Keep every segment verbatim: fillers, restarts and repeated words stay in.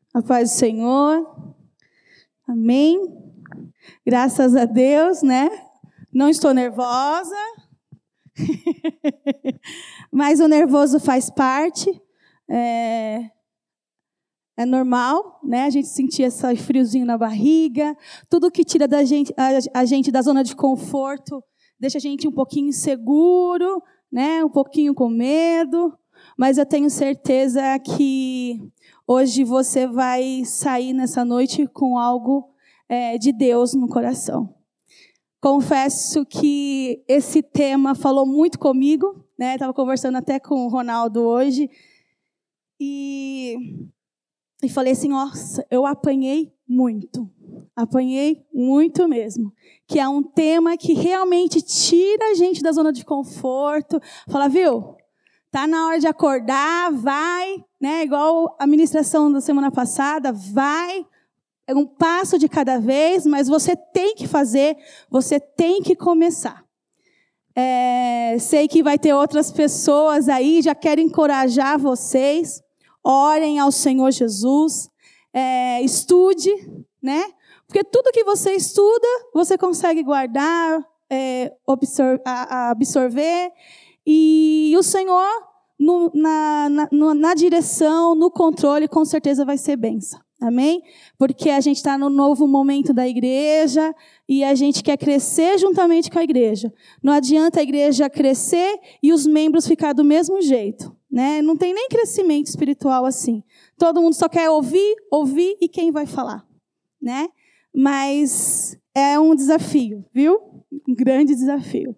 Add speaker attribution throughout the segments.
Speaker 1: A paz do Senhor. Amém. Graças a Deus, né? Não estou nervosa. Mas o nervoso faz parte. É, é normal, né? A gente sentir esse friozinho na barriga. Tudo que tira da gente, a, a gente da zona de conforto deixa a gente um pouquinho inseguro, né? Um pouquinho com medo. Mas eu tenho certeza que hoje você vai sair nessa noite com algo é, de Deus no coração. Confesso que esse tema falou muito comigo, né? Estava conversando até com o Ronaldo hoje. E, e falei assim, nossa, eu apanhei muito. Apanhei muito mesmo. Que é um tema que realmente tira a gente da zona de conforto. Fala, viu? Tá na hora de acordar, vai, né? Igual a ministração da semana passada, vai, é um passo de cada vez, mas você tem que fazer, você tem que começar. É, sei que vai ter outras pessoas aí, já quero encorajar vocês, orem ao Senhor Jesus, é, estude, né? Porque tudo que você estuda, você consegue guardar, é, absor- a- a absorver. E o Senhor, no, na, na, no, na direção, no controle, com certeza vai ser bênção. Amém? Porque a gente está no novo momento da igreja e a gente quer crescer juntamente com a igreja. Não adianta a igreja crescer e os membros ficar do mesmo jeito, né? Não tem nem crescimento espiritual assim. Todo mundo só quer ouvir, ouvir e quem vai falar, né? Mas é um desafio, viu? Um grande desafio.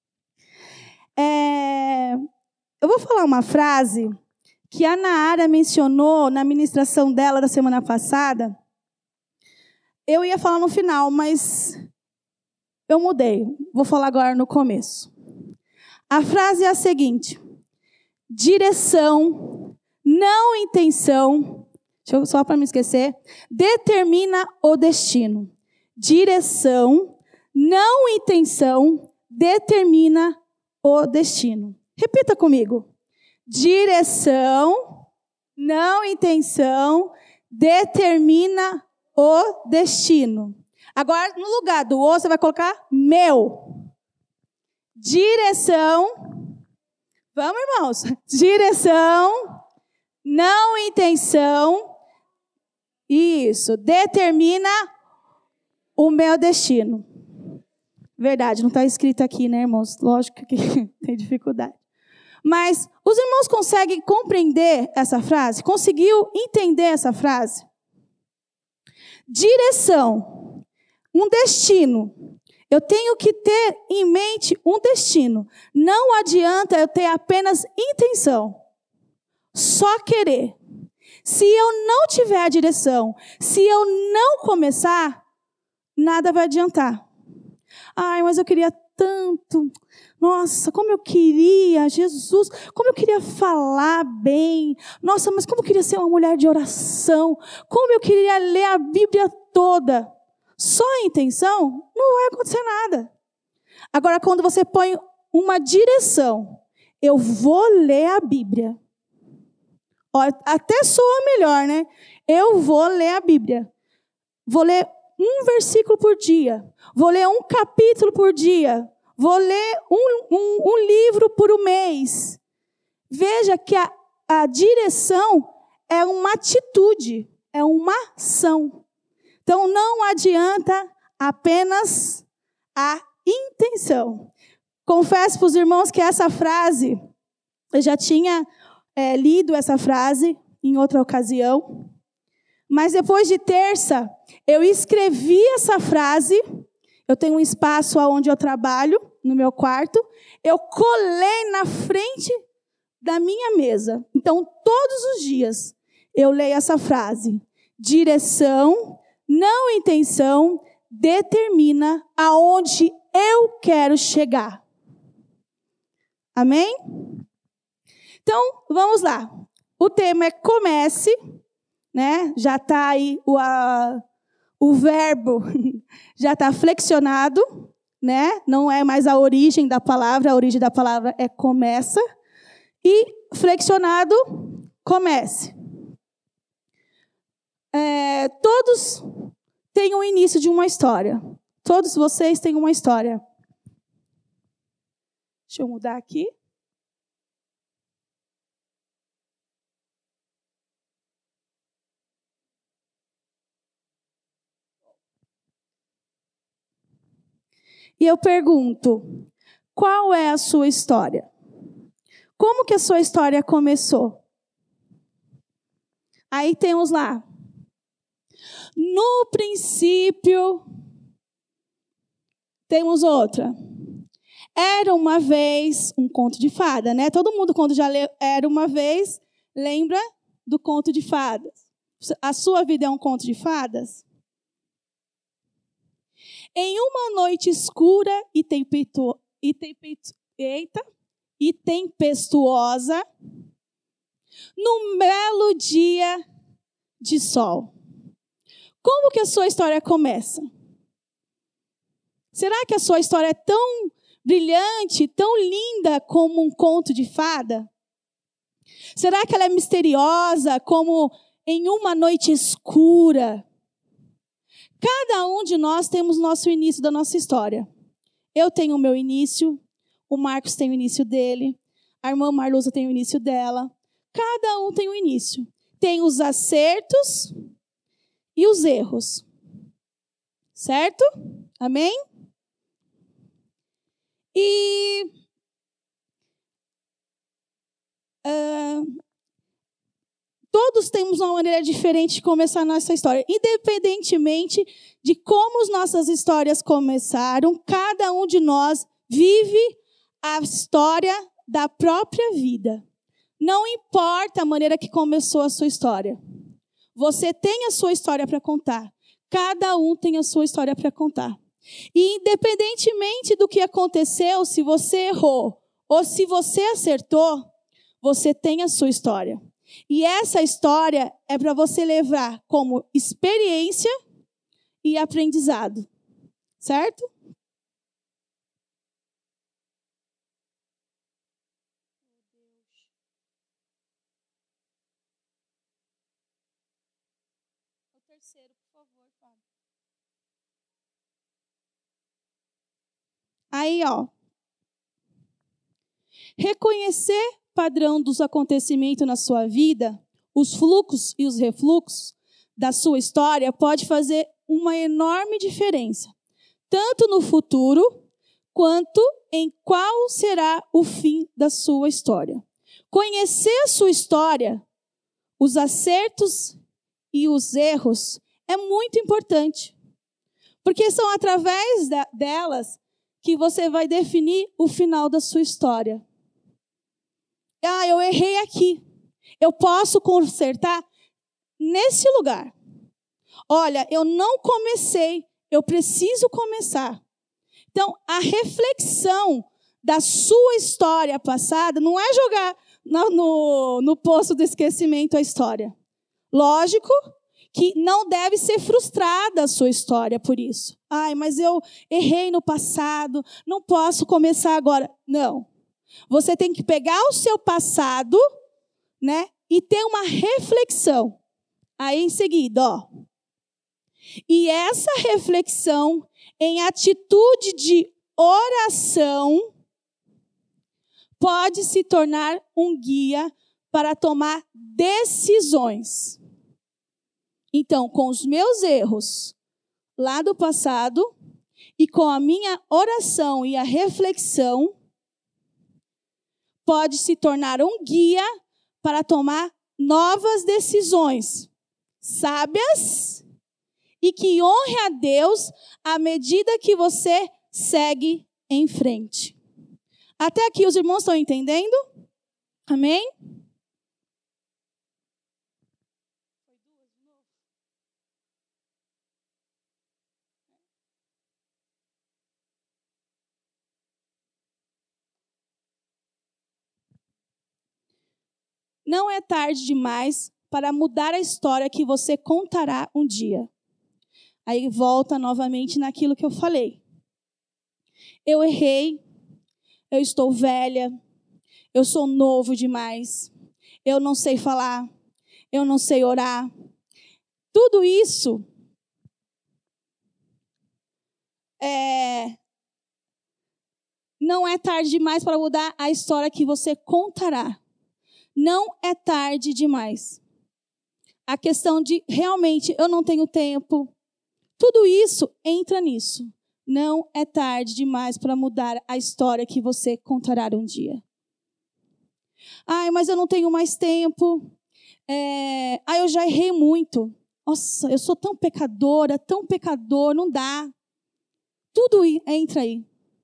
Speaker 1: É, eu vou falar uma frase que a Naara mencionou na ministração dela da semana passada. Eu ia falar no final, mas eu mudei. Vou falar agora no começo. A frase é a seguinte: direção, não intenção, deixa eu, só para me esquecer, determina o destino. Direção, não intenção, determina o destino. Repita comigo. Direção, não intenção, determina o destino. Agora, no lugar do o, você vai colocar meu. Direção, vamos, irmãos. Direção, não intenção, isso, determina o meu destino. Verdade, não está escrito aqui, né, irmãos? Lógico que tem dificuldade. Mas os irmãos conseguem compreender essa frase? Conseguiu entender essa frase? Direção, um destino. Eu tenho que ter em mente um destino. Não adianta eu ter apenas intenção, só querer. Se eu não tiver a direção, se eu não começar, nada vai adiantar. Ai, mas eu queria tanto. Nossa, como eu queria, Jesus, como eu queria falar bem. Nossa, mas como eu queria ser uma mulher de oração. Como eu queria ler a Bíblia toda. Só a intenção, não vai acontecer nada. Agora, quando você põe uma direção, eu vou ler a Bíblia. Ó, até soa melhor, né? Eu vou ler a Bíblia. Vou ler um versículo por dia. Vou ler um capítulo por dia. Vou ler um, um, um livro por um mês. Veja que a, a direção é uma atitude, é uma ação. Então, não adianta apenas a intenção. Confesso para os irmãos que essa frase, eu já tinha é, lido essa frase em outra ocasião. Mas depois de terça, eu escrevi essa frase. Eu tenho um espaço onde eu trabalho, no meu quarto. Eu colei na frente da minha mesa. Então, todos os dias, eu leio essa frase. Direção, não intenção, determina aonde eu quero chegar. Amém? Então, vamos lá. O tema é comece, né? Já está aí o... A, O verbo já está flexionado, né? Não é mais a origem da palavra, a origem da palavra é começa. E flexionado, comece. é, todos têm o início de uma história. Todos vocês têm uma história. Deixa eu mudar aqui. E eu pergunto, qual é a sua história? Como que a sua história começou? Aí temos lá. No princípio, temos outra. Era uma vez um conto de fada, né? Todo mundo, quando já leu Era uma vez, lembra do conto de fadas. A sua vida é um conto de fadas? Em uma noite escura e, tempestu... e, tempestu... Eita. e tempestuosa, num belo dia de sol. Como que a sua história começa? Será que a sua história é tão brilhante, tão linda como um conto de fada? Será que ela é misteriosa como em uma noite escura? Cada um de nós temos nosso início da nossa história. Eu tenho o meu início, o Marcos tem o início dele, a irmã Marluza tem o início dela. Cada um tem um início. Tem os acertos e os erros. Certo? Amém? E uh, todos temos uma maneira diferente de começar a nossa história. Independentemente de como as nossas histórias começaram, cada um de nós vive a história da própria vida. Não importa a maneira que começou a sua história. Você tem a sua história para contar. Cada um tem a sua história para contar. E independentemente do que aconteceu, se você errou ou se você acertou, você tem a sua história. E essa história é para você levar como experiência e aprendizado. Certo? O terceiro, por favor, Fábio. Aí, ó. Reconhecer padrão dos acontecimentos na sua vida, os fluxos e os refluxos da sua história pode fazer uma enorme diferença, tanto no futuro quanto em qual será o fim da sua história. Conhecer a sua história, os acertos e os erros é muito importante, porque são através da, delas que você vai definir o final da sua história. Ah, eu errei aqui. Eu posso consertar nesse lugar. Olha, eu não comecei, eu preciso começar. Então, a reflexão da sua história passada não é jogar no, no, no poço do esquecimento a história. Lógico que não deve ser frustrada a sua história por isso. Ai, mas eu errei no passado, não posso começar agora. Não. Você tem que pegar o seu passado, né, e ter uma reflexão. Aí em seguida, ó. E essa reflexão em atitude de oração pode se tornar um guia para tomar decisões. Então, com os meus erros lá do passado e com a minha oração e a reflexão, pode se tornar um guia para tomar novas decisões, sábias e que honre a Deus à medida que você segue em frente. Até aqui os irmãos estão entendendo? Amém? Não é tarde demais para mudar a história que você contará um dia. Aí volta novamente naquilo que eu falei. Eu errei, eu estou velha, eu sou novo demais, eu não sei falar, eu não sei orar. tudo isso é, não é tarde demais para mudar a história que você contará. Não é tarde demais. A questão de, realmente, eu não tenho tempo. Tudo isso entra nisso. Não é tarde demais para mudar a história que você contará um dia. Ai, mas eu não tenho mais tempo. É... Ai, eu já errei muito. Nossa, eu sou tão pecadora, tão pecador, não dá. Tudo entra aí.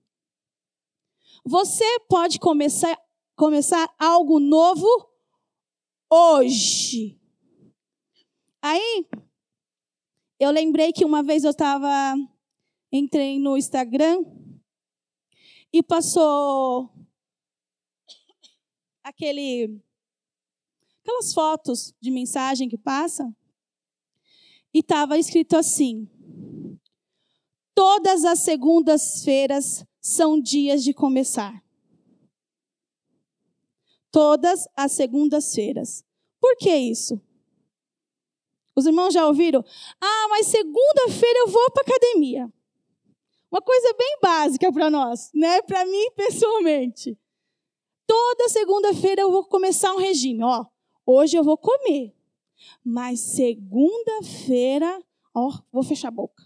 Speaker 1: Você pode começar, começar algo novo hoje. Aí, eu lembrei que uma vez eu estava, entrei no Instagram e passou aquele, aquelas fotos de mensagem que passa e estava escrito assim: todas as segundas-feiras são dias de começar. Todas as segundas-feiras. Por que isso? Os irmãos já ouviram? Ah, mas segunda-feira eu vou para a academia. Uma coisa bem básica para nós, né? Para mim, pessoalmente. Toda segunda-feira eu vou começar um regime. Ó, hoje eu vou comer. Mas segunda-feira, ó, vou fechar a boca.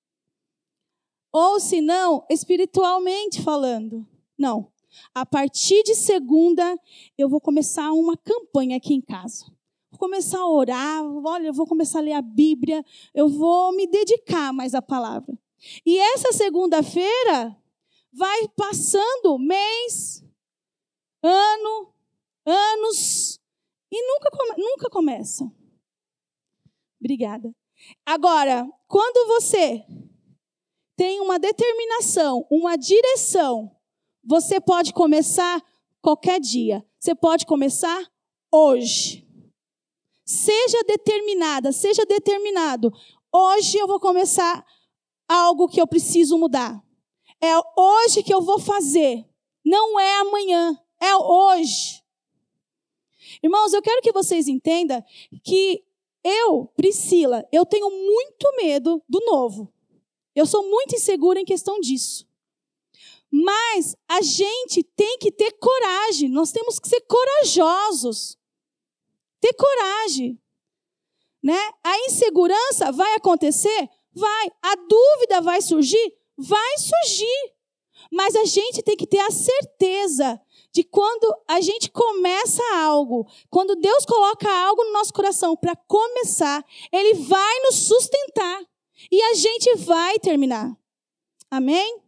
Speaker 1: Ou se não, espiritualmente falando. Não. A partir de segunda, eu vou começar uma campanha aqui em casa. Vou começar a orar, olha, eu vou começar a ler a Bíblia, eu vou me dedicar mais à palavra. E essa segunda-feira vai passando mês, ano, anos, e nunca, come, nunca começa. Obrigada. Agora, quando você tem uma determinação, uma direção, você pode começar qualquer dia. Você pode começar hoje. Seja determinada, seja determinado. Hoje eu vou começar algo que eu preciso mudar. É hoje que eu vou fazer. Não é amanhã, é hoje. Irmãos, eu quero que vocês entendam que eu, Priscila, eu tenho muito medo do novo. Eu sou muito insegura em questão disso. Mas a gente tem que ter coragem. Nós temos que ser corajosos. Ter coragem, né? A insegurança vai acontecer? Vai. A dúvida vai surgir? Vai surgir. Mas a gente tem que ter a certeza de quando a gente começa algo, quando Deus coloca algo no nosso coração para começar, Ele vai nos sustentar e a gente vai terminar. Amém?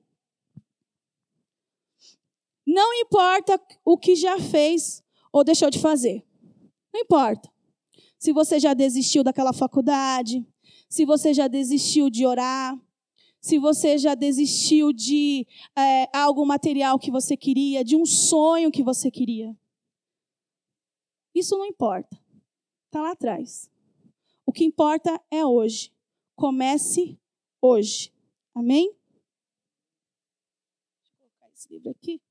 Speaker 1: Não importa o que já fez ou deixou de fazer. Não importa. Se você já desistiu daquela faculdade, se você já desistiu de orar, se você já desistiu de é, algo material que você queria, de um sonho que você queria. Isso não importa. Está lá atrás. O que importa é hoje. Comece hoje. Amém? Deixa eu colocar esse livro aqui.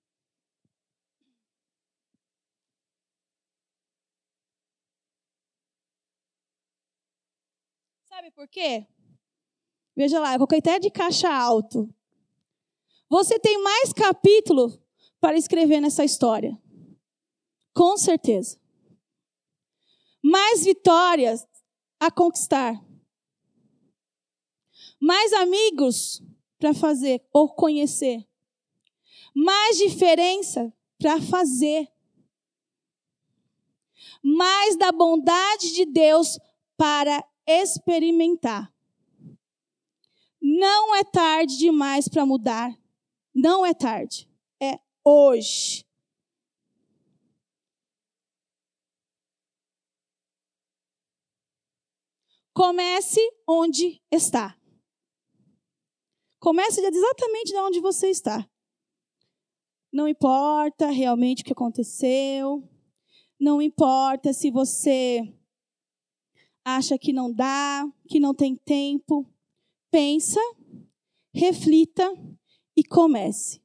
Speaker 1: Sabe por quê? Veja lá, eu coloquei até de caixa alto. Você tem mais capítulo para escrever nessa história. Com certeza. Mais vitórias a conquistar. Mais amigos para fazer ou conhecer. Mais diferença para fazer. Mais da bondade de Deus para experimentar. Não é tarde demais para mudar. Não é tarde. É hoje. Comece onde está. Comece exatamente de onde você está. Não importa realmente o que aconteceu. Não importa se você acha que não dá, que não tem tempo. Pensa, reflita e comece.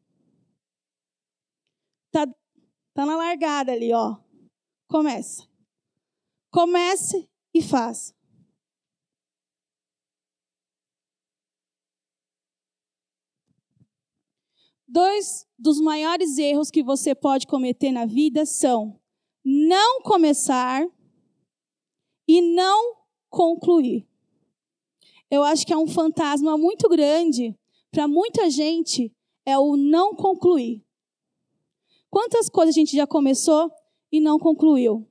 Speaker 1: Tá, tá na largada ali, ó. Começa. Comece e faça. Dois dos maiores erros que você pode cometer na vida são não começar e não concluir. Eu acho que é um fantasma muito grande para muita gente, é o não concluir. Quantas coisas a gente já começou e não concluiu?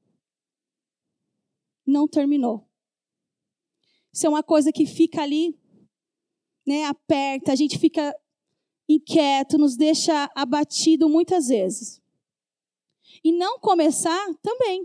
Speaker 1: Não terminou. Isso é uma coisa que fica ali, né, aperta, a gente fica inquieto, nos deixa abatido muitas vezes. E não começar também.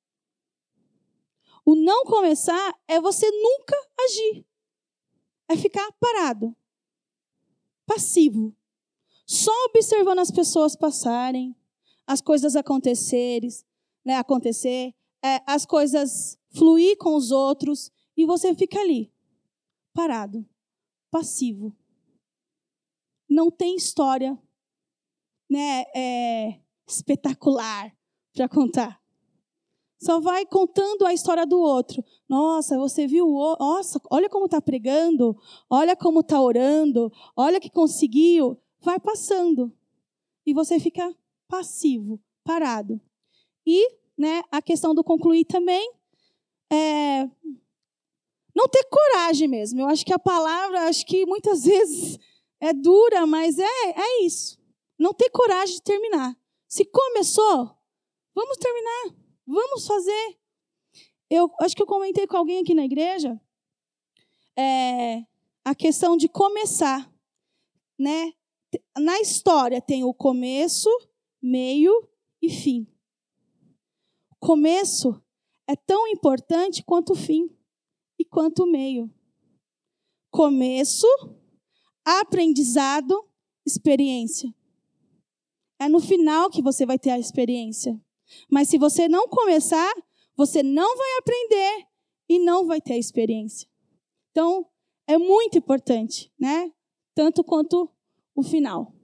Speaker 1: O não começar é você nunca agir. É ficar parado. Passivo. Só observando as pessoas passarem, as coisas acontecerem, né, acontecer, é, as coisas fluir com os outros, e você fica ali, parado, passivo. Não tem história, né, é, espetacular para contar. Só vai contando a história do outro. Nossa, você viu? Nossa, olha como está pregando. Olha como está orando. Olha que conseguiu. Vai passando. E você fica passivo, parado. E, né, a questão do concluir também é não ter coragem mesmo. Eu acho que a palavra, acho que muitas vezes é dura, mas é, é isso. Não ter coragem de terminar. Se começou, vamos terminar. Vamos fazer. Eu acho que eu comentei com alguém aqui na igreja é, a questão de começar, né? Na história tem o começo, meio e fim. O começo é tão importante quanto o fim e quanto o meio. Começo, aprendizado, experiência. É no final que você vai ter a experiência. Mas se você não começar, você não vai aprender e não vai ter a experiência. Então, é muito importante, né? Tanto quanto o final.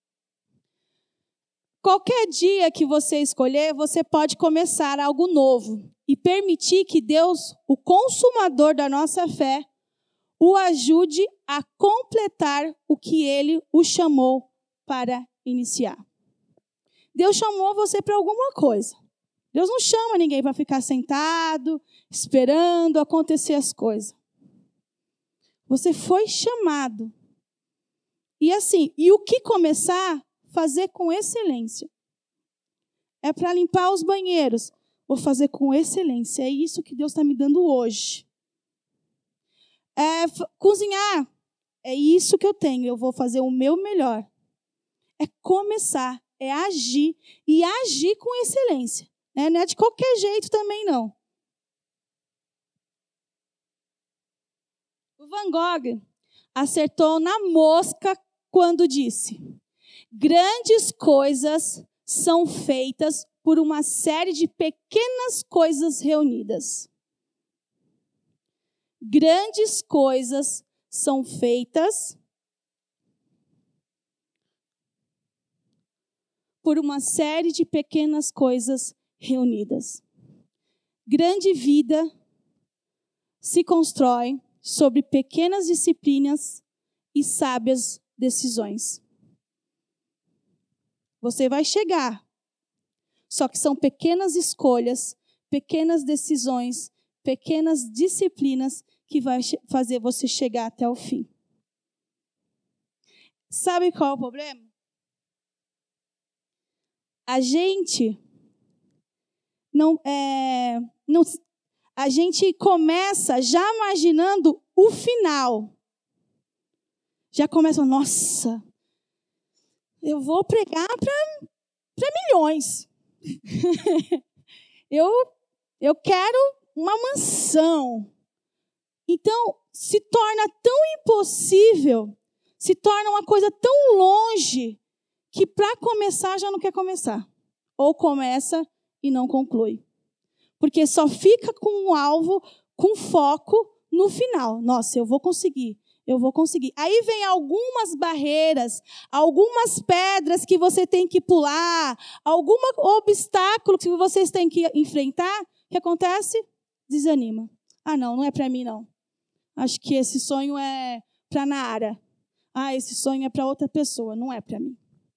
Speaker 1: Qualquer dia que você escolher, você pode começar algo novo e permitir que Deus, o consumador da nossa fé, o ajude a completar o que Ele o chamou para iniciar. Deus chamou você para alguma coisa. Deus não chama ninguém para ficar sentado, esperando acontecer as coisas. Você foi chamado. E assim, e o que começar, fazer com excelência. É para limpar os banheiros, vou fazer com excelência. É isso que Deus está me dando hoje. É f- cozinhar, é isso que eu tenho, eu vou fazer o meu melhor. É começar. É agir, e agir com excelência. Né? Não é de qualquer jeito também, não. O Van Gogh acertou na mosca quando disse: grandes coisas são feitas por uma série de pequenas coisas reunidas. Grandes coisas são feitas por uma série de pequenas coisas reunidas. Grande vida se constrói sobre pequenas disciplinas e sábias decisões. Você vai chegar, só que são pequenas escolhas, pequenas decisões, pequenas disciplinas que vai fazer você chegar até o fim. Sabe qual é o problema? A gente não, é, não, a gente começa já imaginando o final. Já começa, nossa, eu vou pregar para milhões. eu, eu quero uma mansão. Então, se torna tão impossível, se torna uma coisa tão longe, que para começar já não quer começar. Ou começa e não conclui. Porque só fica com um alvo, com foco no final. Nossa, eu vou conseguir, eu vou conseguir. Aí vem algumas barreiras, algumas pedras que você tem que pular, algum obstáculo que vocês têm que enfrentar. O que acontece? Desanima. Ah, não, não é para mim, não. Acho que esse sonho é para Nara. Ah, esse sonho é para outra pessoa, não é para mim.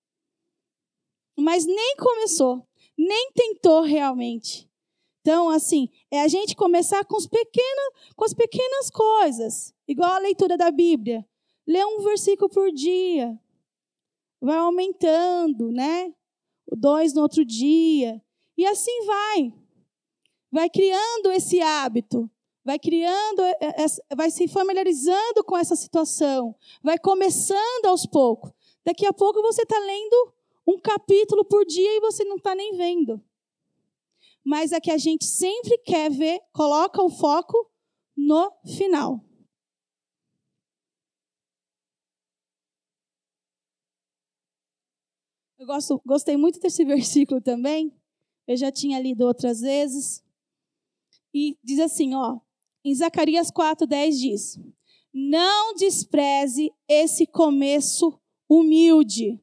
Speaker 1: Mas nem começou, nem tentou realmente. Então, assim, é a gente começar com, os pequenos, com as pequenas coisas. Igual a leitura da Bíblia. Lê um versículo por dia. Vai aumentando, né? Dois no outro dia. E assim vai. Vai criando esse hábito. Vai criando, vai se familiarizando com essa situação. Vai começando aos poucos. Daqui a pouco você está lendo um capítulo por dia e você não está nem vendo. Mas é que a gente sempre quer ver, coloca o foco no final. Eu gosto, gostei muito desse versículo também. Eu já tinha lido outras vezes. E diz assim, ó, em Zacarias quatro, dez diz: não despreze esse começo humilde,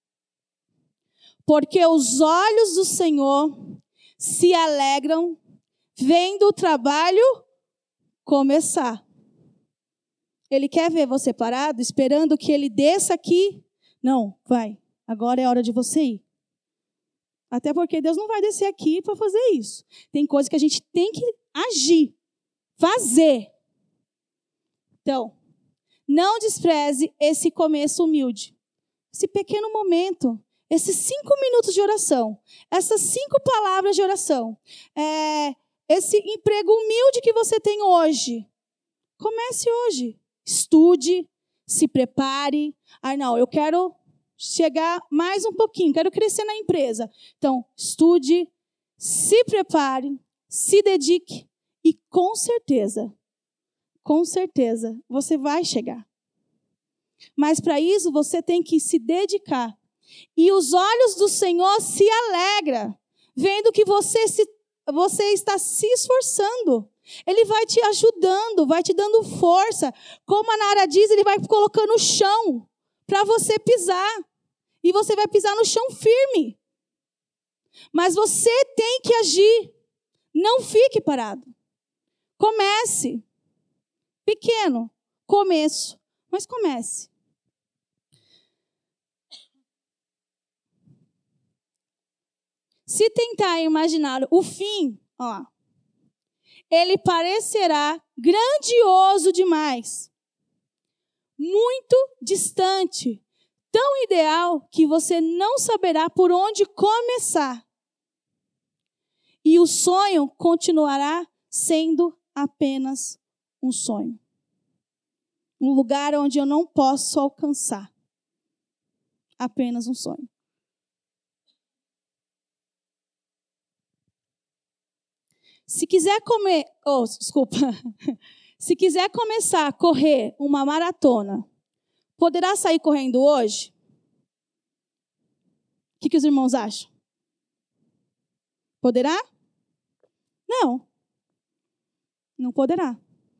Speaker 1: porque os olhos do Senhor se alegram vendo o trabalho começar. Ele quer ver você parado, esperando que ele desça aqui. Não, vai, agora é hora de você ir. Até porque Deus não vai descer aqui para fazer isso. Tem coisa que a gente tem que agir, fazer. Então, não despreze esse começo humilde. Esse pequeno momento, esses cinco minutos de oração, essas cinco palavras de oração, é, esse emprego humilde que você tem hoje. Comece hoje. Estude, se prepare. Ah, não, eu quero chegar mais um pouquinho, quero crescer na empresa. Então, estude, se prepare, se dedique e com certeza, com certeza, você vai chegar. Mas para isso você tem que se dedicar. E os olhos do Senhor se alegram, vendo que você, se, você está se esforçando. Ele vai te ajudando, vai te dando força. Como a Nara diz, ele vai colocando o chão para você pisar. E você vai pisar no chão firme. Mas você tem que agir. Não fique parado. Comece. Pequeno começo, mas comece. Se tentar imaginar o fim, ó, ele parecerá grandioso demais, muito distante, tão ideal que você não saberá por onde começar. E o sonho continuará sendo apenas um sonho. Um lugar onde eu não posso alcançar. Apenas um sonho. Se quiser comer, oh, desculpa. Se quiser começar a correr uma maratona, poderá sair correndo hoje? O que, que os irmãos acham? Poderá? Não. Não poderá.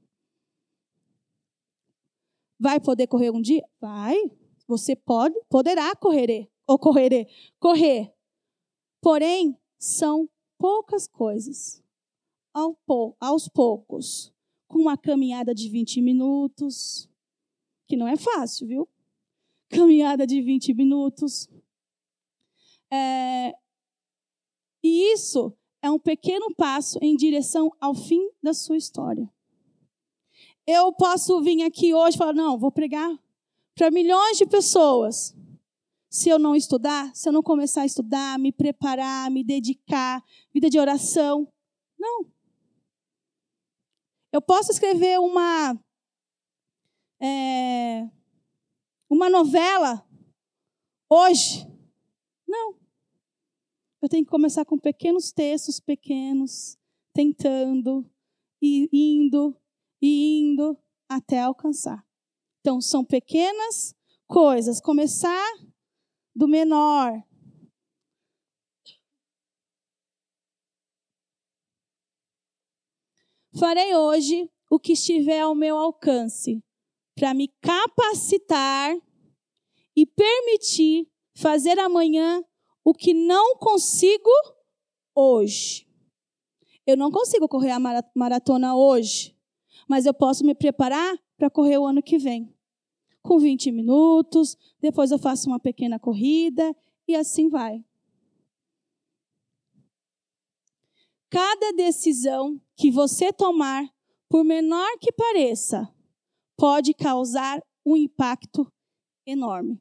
Speaker 1: Vai poder correr um dia? Vai. Você pode, poderá correr, ou correr, correr. Porém, são poucas coisas. Ao, aos poucos. Com uma caminhada de vinte minutos. Que não é fácil, viu? Caminhada de vinte minutos. É, e isso é um pequeno passo em direção ao fim da sua história. Eu posso vir aqui hoje e falar, não, vou pregar para milhões de pessoas. Se eu não estudar, se eu não começar a estudar, me preparar, me dedicar, vida de oração. Não. Eu posso escrever uma, é, uma novela hoje. Não. Eu tenho que começar com pequenos textos, pequenos, tentando, e indo, e indo, até alcançar. Então, são pequenas coisas. Começar do menor. Farei hoje o que estiver ao meu alcance, para me capacitar e permitir fazer amanhã o que não consigo hoje. Eu não consigo correr a maratona hoje, mas eu posso me preparar para correr o ano que vem. com vinte minutos, depois eu faço uma pequena corrida e assim vai. Cada decisão que você tomar, por menor que pareça, pode causar um impacto enorme.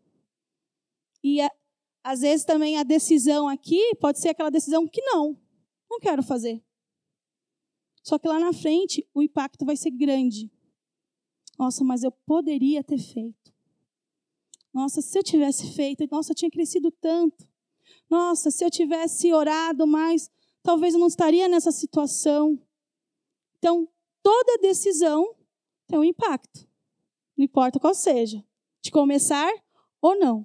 Speaker 1: E a, às vezes também a decisão aqui pode ser aquela decisão que não, não quero fazer. Só que lá na frente o impacto vai ser grande. Nossa, mas eu poderia ter feito. Nossa, se eu tivesse feito, nossa, eu tinha crescido tanto. Nossa, se eu tivesse orado mais, talvez eu não estaria nessa situação. Então, toda decisão tem um impacto. Não importa qual seja. De começar ou não.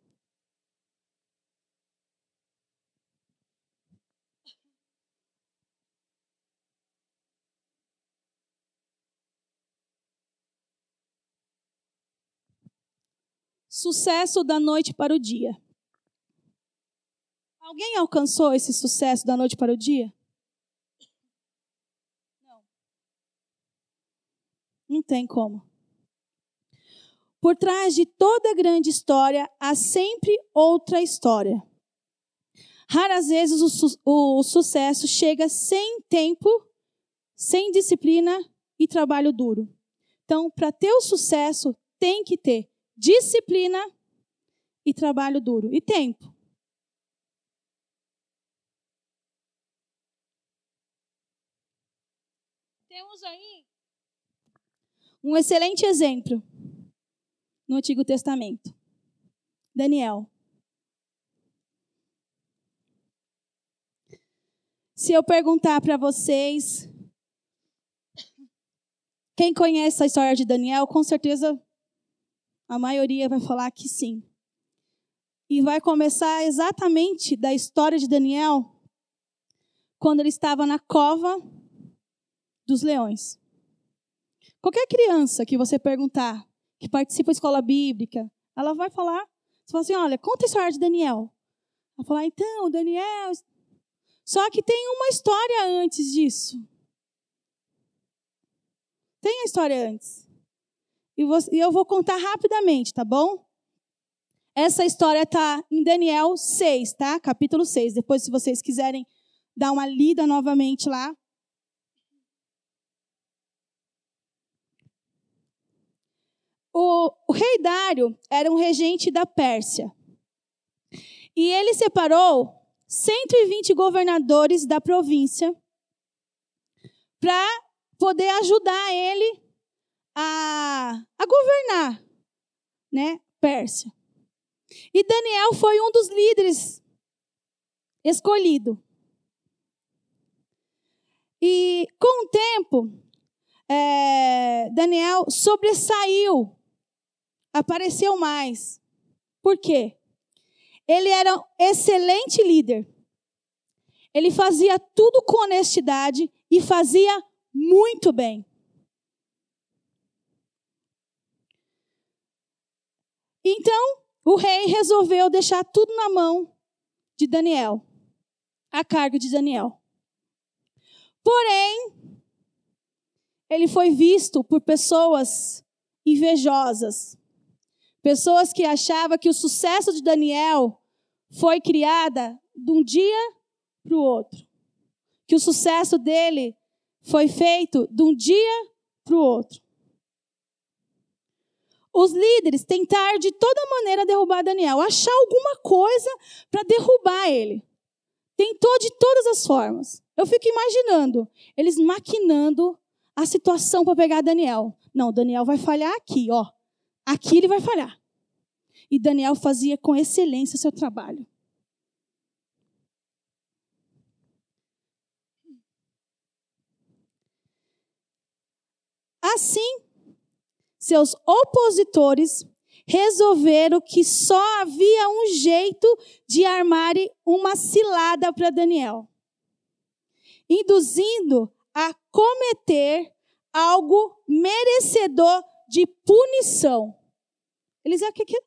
Speaker 1: Sucesso da noite para o dia. Alguém alcançou esse sucesso da noite para o dia? Não. Não tem como. Por trás de toda grande história, há sempre outra história. Raras vezes o, su- o sucesso chega sem tempo, sem disciplina e trabalho duro. Então, para ter o sucesso, tem que ter disciplina e trabalho duro. E tempo. Temos aí um excelente exemplo no Antigo Testamento. Daniel. Se eu perguntar para vocês, quem conhece a história de Daniel, com certeza a maioria vai falar que sim. E vai começar exatamente da história de Daniel, quando ele estava na cova dos leões. Qualquer criança que você perguntar, que participa da escola bíblica, ela vai falar, você fala assim, olha, conta a história de Daniel. Ela vai falar, então, Daniel... Só que tem uma história antes disso. Tem a história antes. E eu vou contar rapidamente, tá bom? Essa história está em Daniel seis, tá? Capítulo seis. Depois, se vocês quiserem dar uma lida novamente lá. O, o rei Dário era um regente da Pérsia. E ele separou cento e vinte governadores da província para poder ajudar ele a, a governar, né, Pérsia. E Daniel foi um dos líderes escolhido. E com o tempo, é, Daniel sobressaiu, apareceu mais. Por quê? Ele era um excelente líder. Ele fazia tudo com honestidade e fazia muito bem. Então, o rei resolveu deixar tudo na mão de Daniel, a cargo de Daniel. Porém, ele foi visto por pessoas invejosas, pessoas que achavam que o sucesso de Daniel foi criada de um dia para o outro, que o sucesso dele foi feito de um dia para o outro. Os líderes tentaram de toda maneira derrubar Daniel, achar alguma coisa para derrubar ele. Tentou de todas as formas. Eu fico imaginando eles maquinando a situação para pegar Daniel. Não, Daniel vai falhar aqui, ó. Aqui ele vai falhar. E Daniel fazia com excelência o seu trabalho. Assim, seus opositores resolveram que só havia um jeito de armarem uma cilada para Daniel, induzindo a cometer algo merecedor de punição. Eles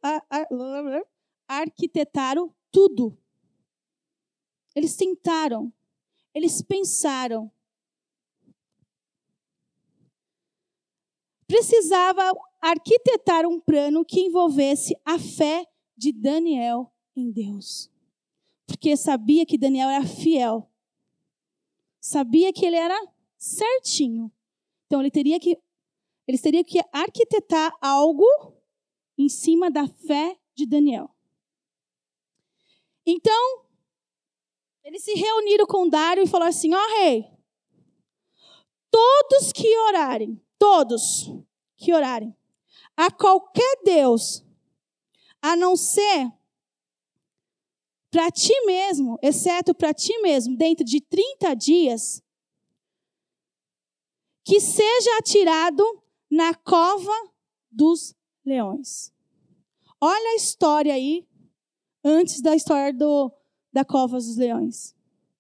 Speaker 1: arquitetaram tudo. Eles tentaram, eles pensaram. Precisava arquitetar um plano que envolvesse a fé de Daniel em Deus. Porque sabia que Daniel era fiel. Sabia que ele era certinho. Então, ele teria que, eles teriam que arquitetar algo em cima da fé de Daniel. Então, eles se reuniram com Dário e falaram assim, ó oh, rei, todos que orarem, todos que orarem, a qualquer Deus, a não ser para ti mesmo, exceto para ti mesmo, dentro de trinta dias, que seja atirado na cova dos leões. Olha a história aí, antes da história do, da cova dos leões.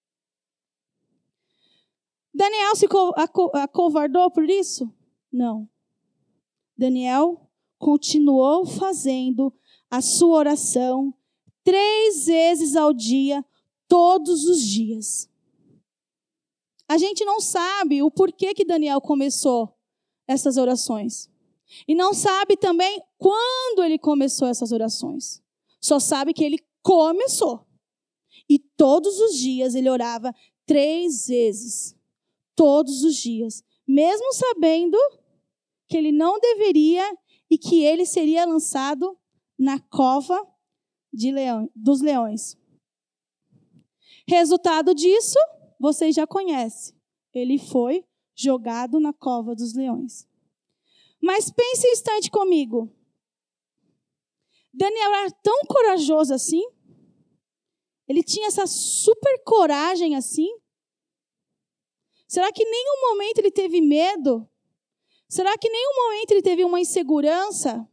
Speaker 1: Daniel se acovardou por isso? Não. Daniel continuou fazendo a sua oração três vezes ao dia, todos os dias. A gente não sabe o porquê que Daniel começou essas orações. E não sabe também quando ele começou essas orações. Só sabe que ele começou. E todos os dias ele orava três vezes. Todos os dias. Mesmo sabendo que ele não deveria e que ele seria lançado na cova de leão, dos leões. Resultado disso, vocês já conhecem. Ele foi jogado na cova dos leões. Mas pense um instante comigo. Daniel era tão corajoso assim? Ele tinha essa super coragem assim? Será que em nenhum momento ele teve medo? Será que em nenhum momento ele teve uma insegurança?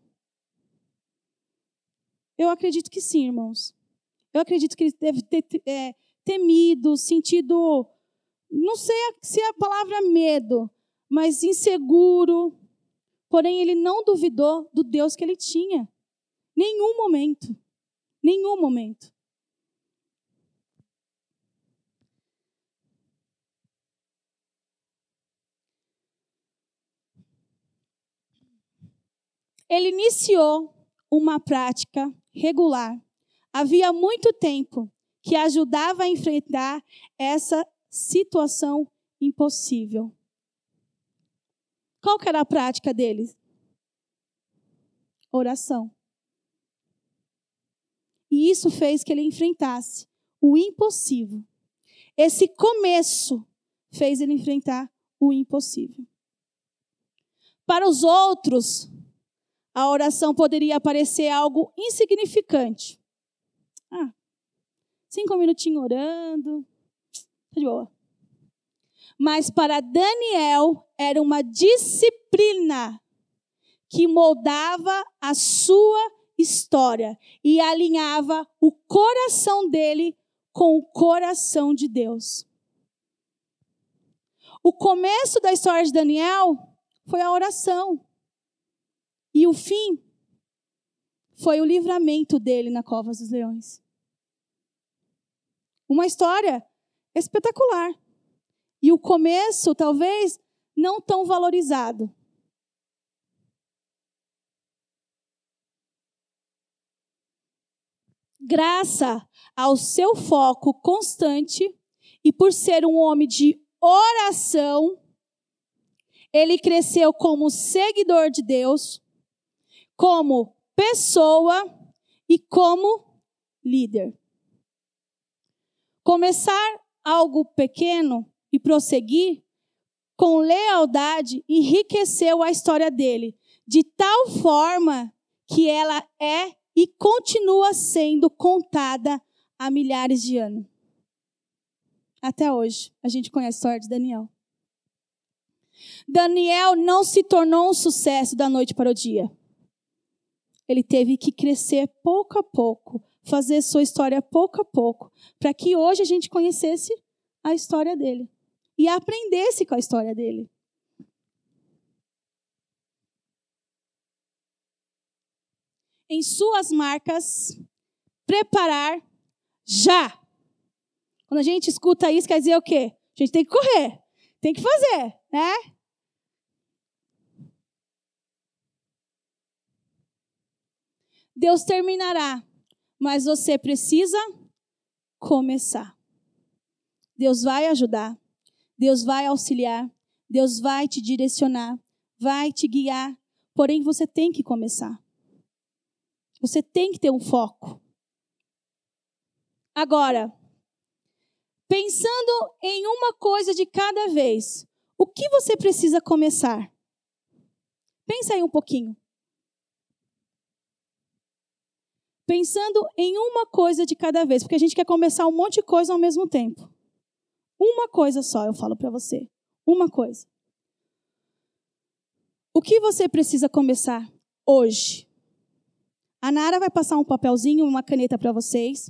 Speaker 1: Eu acredito que sim, irmãos. Eu acredito que ele deve ter é, temido, sentido, não sei se é a palavra medo, mas inseguro. Porém, ele não duvidou do Deus que ele tinha. Nenhum momento. Nenhum momento. Ele iniciou uma prática regular. Havia muito tempo que ajudava a enfrentar essa situação impossível. Qual que era a prática deles? Oração. E isso fez que ele enfrentasse o impossível. Esse começo fez ele enfrentar o impossível. Para os outros, a oração poderia parecer algo insignificante. Ah, cinco minutinhos orando, tá de boa. Mas para Daniel era uma disciplina que moldava a sua história e alinhava o coração dele com o coração de Deus. O começo da história de Daniel foi a oração. E o fim foi o livramento dele na cova dos leões. Uma história espetacular. E o começo, talvez, não tão valorizado. Graças ao seu foco constante e por ser um homem de oração, ele cresceu como seguidor de Deus, como pessoa e como líder. Começar algo pequeno e prosseguir com lealdade enriqueceu a história dele, de tal forma que ela é e continua sendo contada há milhares de anos. Até hoje, a gente conhece a história de Daniel. Daniel não se tornou um sucesso da noite para o dia. Ele teve que crescer pouco a pouco, fazer sua história pouco a pouco, para que hoje a gente conhecesse a história dele e aprendesse com a história dele. Em suas marcas, preparar já. Quando a gente escuta isso, quer dizer o quê? A gente tem que correr, tem que fazer, né? Deus terminará, mas você precisa começar. Deus vai ajudar, Deus vai auxiliar, Deus vai te direcionar, vai te guiar, porém você tem que começar. Você tem que ter um foco. Agora, pensando em uma coisa de cada vez, o que você precisa começar? Pensa aí um pouquinho. Pensando em uma coisa de cada vez, porque a gente quer começar um monte de coisa ao mesmo tempo. Uma coisa só, eu falo para você. Uma coisa. O que você precisa começar hoje? A Nara vai passar um papelzinho, uma caneta para vocês.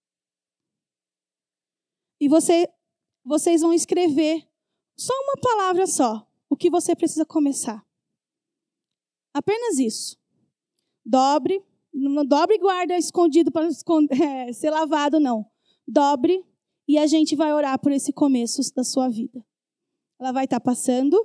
Speaker 1: E você, vocês vão escrever só uma palavra só. O que você precisa começar. Apenas isso. Dobre. Não dobre e guarda escondido para é, ser lavado, não. Dobre e a gente vai orar por esse começo da sua vida. Ela vai estar passando.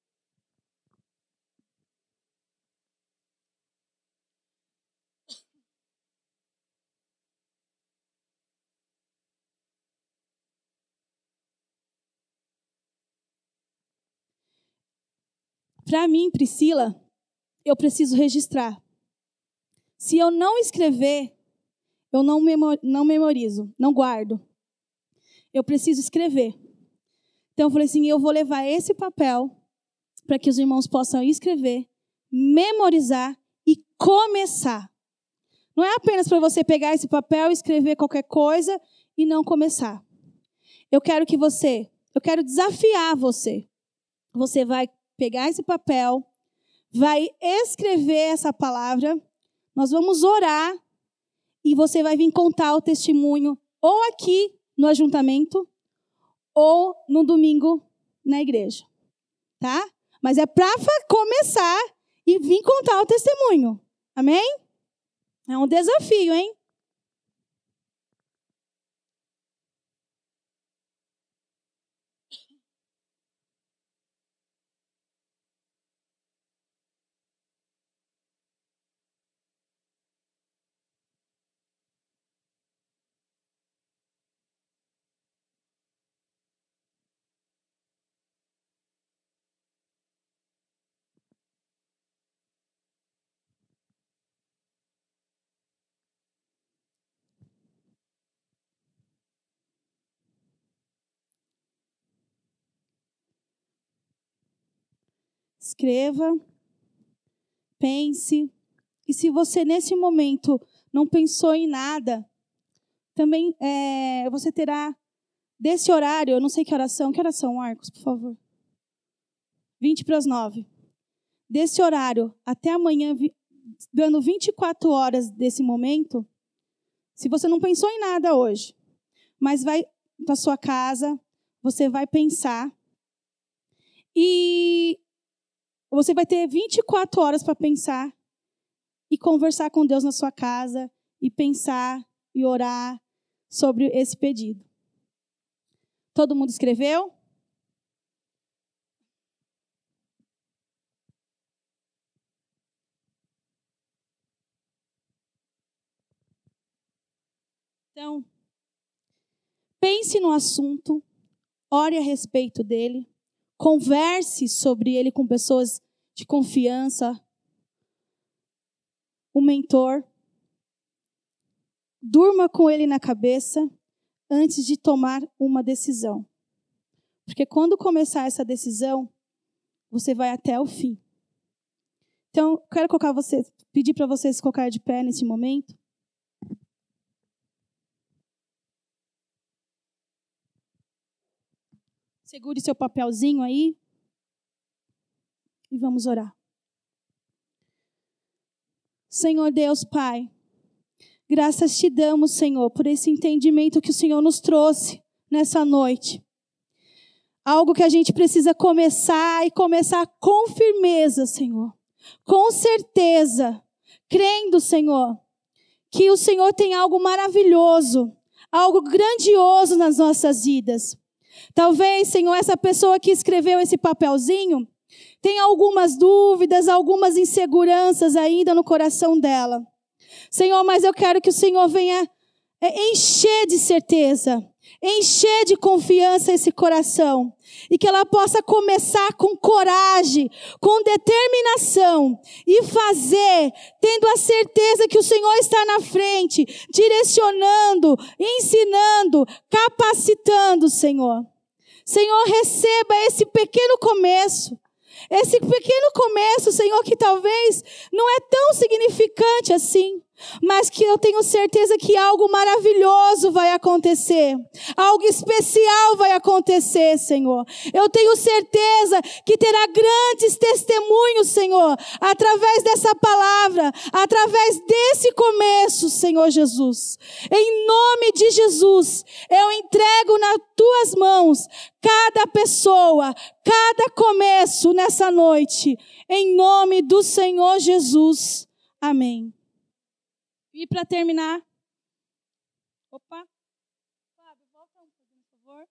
Speaker 1: Para mim, Priscila, eu preciso registrar. Se eu não escrever, eu não, memor- não memorizo, não guardo. Eu preciso escrever. Então, eu falei assim, eu vou levar esse papel para que os irmãos possam escrever, memorizar e começar. Não é apenas para você pegar esse papel e escrever qualquer coisa e não começar. Eu quero que você, eu quero desafiar você. Você vai pegar esse papel, vai escrever essa palavra, nós vamos orar e você vai vir contar o testemunho ou aqui no ajuntamento ou no domingo na igreja, tá? Mas é para começar e vir contar o testemunho, amém? É um desafio, hein? Escreva, pense. E se você, nesse momento, não pensou em nada, também é, você terá, desse horário, eu não sei que oração, que oração, Marcos, por favor? vinte para as nove. Desse horário até amanhã, dando vinte e quatro horas desse momento, se você não pensou em nada hoje, mas vai para sua casa, você vai pensar e você vai ter vinte e quatro horas para pensar e conversar com Deus na sua casa e pensar e orar sobre esse pedido. Todo mundo escreveu? Então, pense no assunto, ore a respeito dele, converse sobre ele com pessoas de confiança, o mentor. Durma com ele na cabeça antes de tomar uma decisão. Porque quando começar essa decisão, você vai até o fim. Então, quero colocar você, pedir para vocês colocar de pé nesse momento. Segure seu papelzinho aí e vamos orar. Senhor Deus, Pai, graças te damos, Senhor, por esse entendimento que o Senhor nos trouxe nessa noite. Algo que a gente precisa começar e começar com firmeza, Senhor. Com certeza, crendo, Senhor, que o Senhor tem algo maravilhoso, algo grandioso nas nossas vidas. Talvez, Senhor, essa pessoa que escreveu esse papelzinho tenha algumas dúvidas, algumas inseguranças ainda no coração dela. Senhor, mas eu quero que o Senhor venha encher de certeza, encher de confiança esse coração. E que ela possa começar com coragem, com determinação. E fazer, tendo a certeza que o Senhor está na frente, direcionando, ensinando, capacitando, Senhor. Senhor, receba esse pequeno começo. Esse pequeno começo, Senhor, que talvez não é tão significante assim, mas que eu tenho certeza que algo maravilhoso vai acontecer. Algo especial vai acontecer, Senhor. Eu tenho certeza que terá grandes testemunhos, Senhor, através dessa palavra, através desse começo, Senhor Jesus. Em nome de Jesus, eu entrego nas tuas mãos cada pessoa, cada começo nessa noite. Em nome do Senhor Jesus. Amém. E para terminar, opa, Fábio, volta um pouquinho, por favor.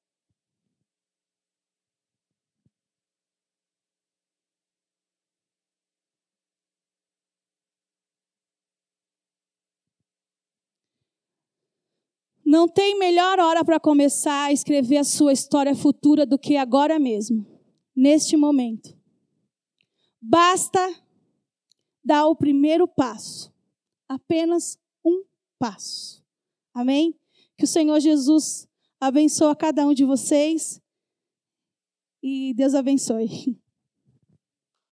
Speaker 1: Não tem melhor hora para começar a escrever a sua história futura do que agora mesmo, neste momento. Basta dar o primeiro passo. Apenas um passo. Amém? Que o Senhor Jesus abençoe a cada um de vocês. E Deus abençoe.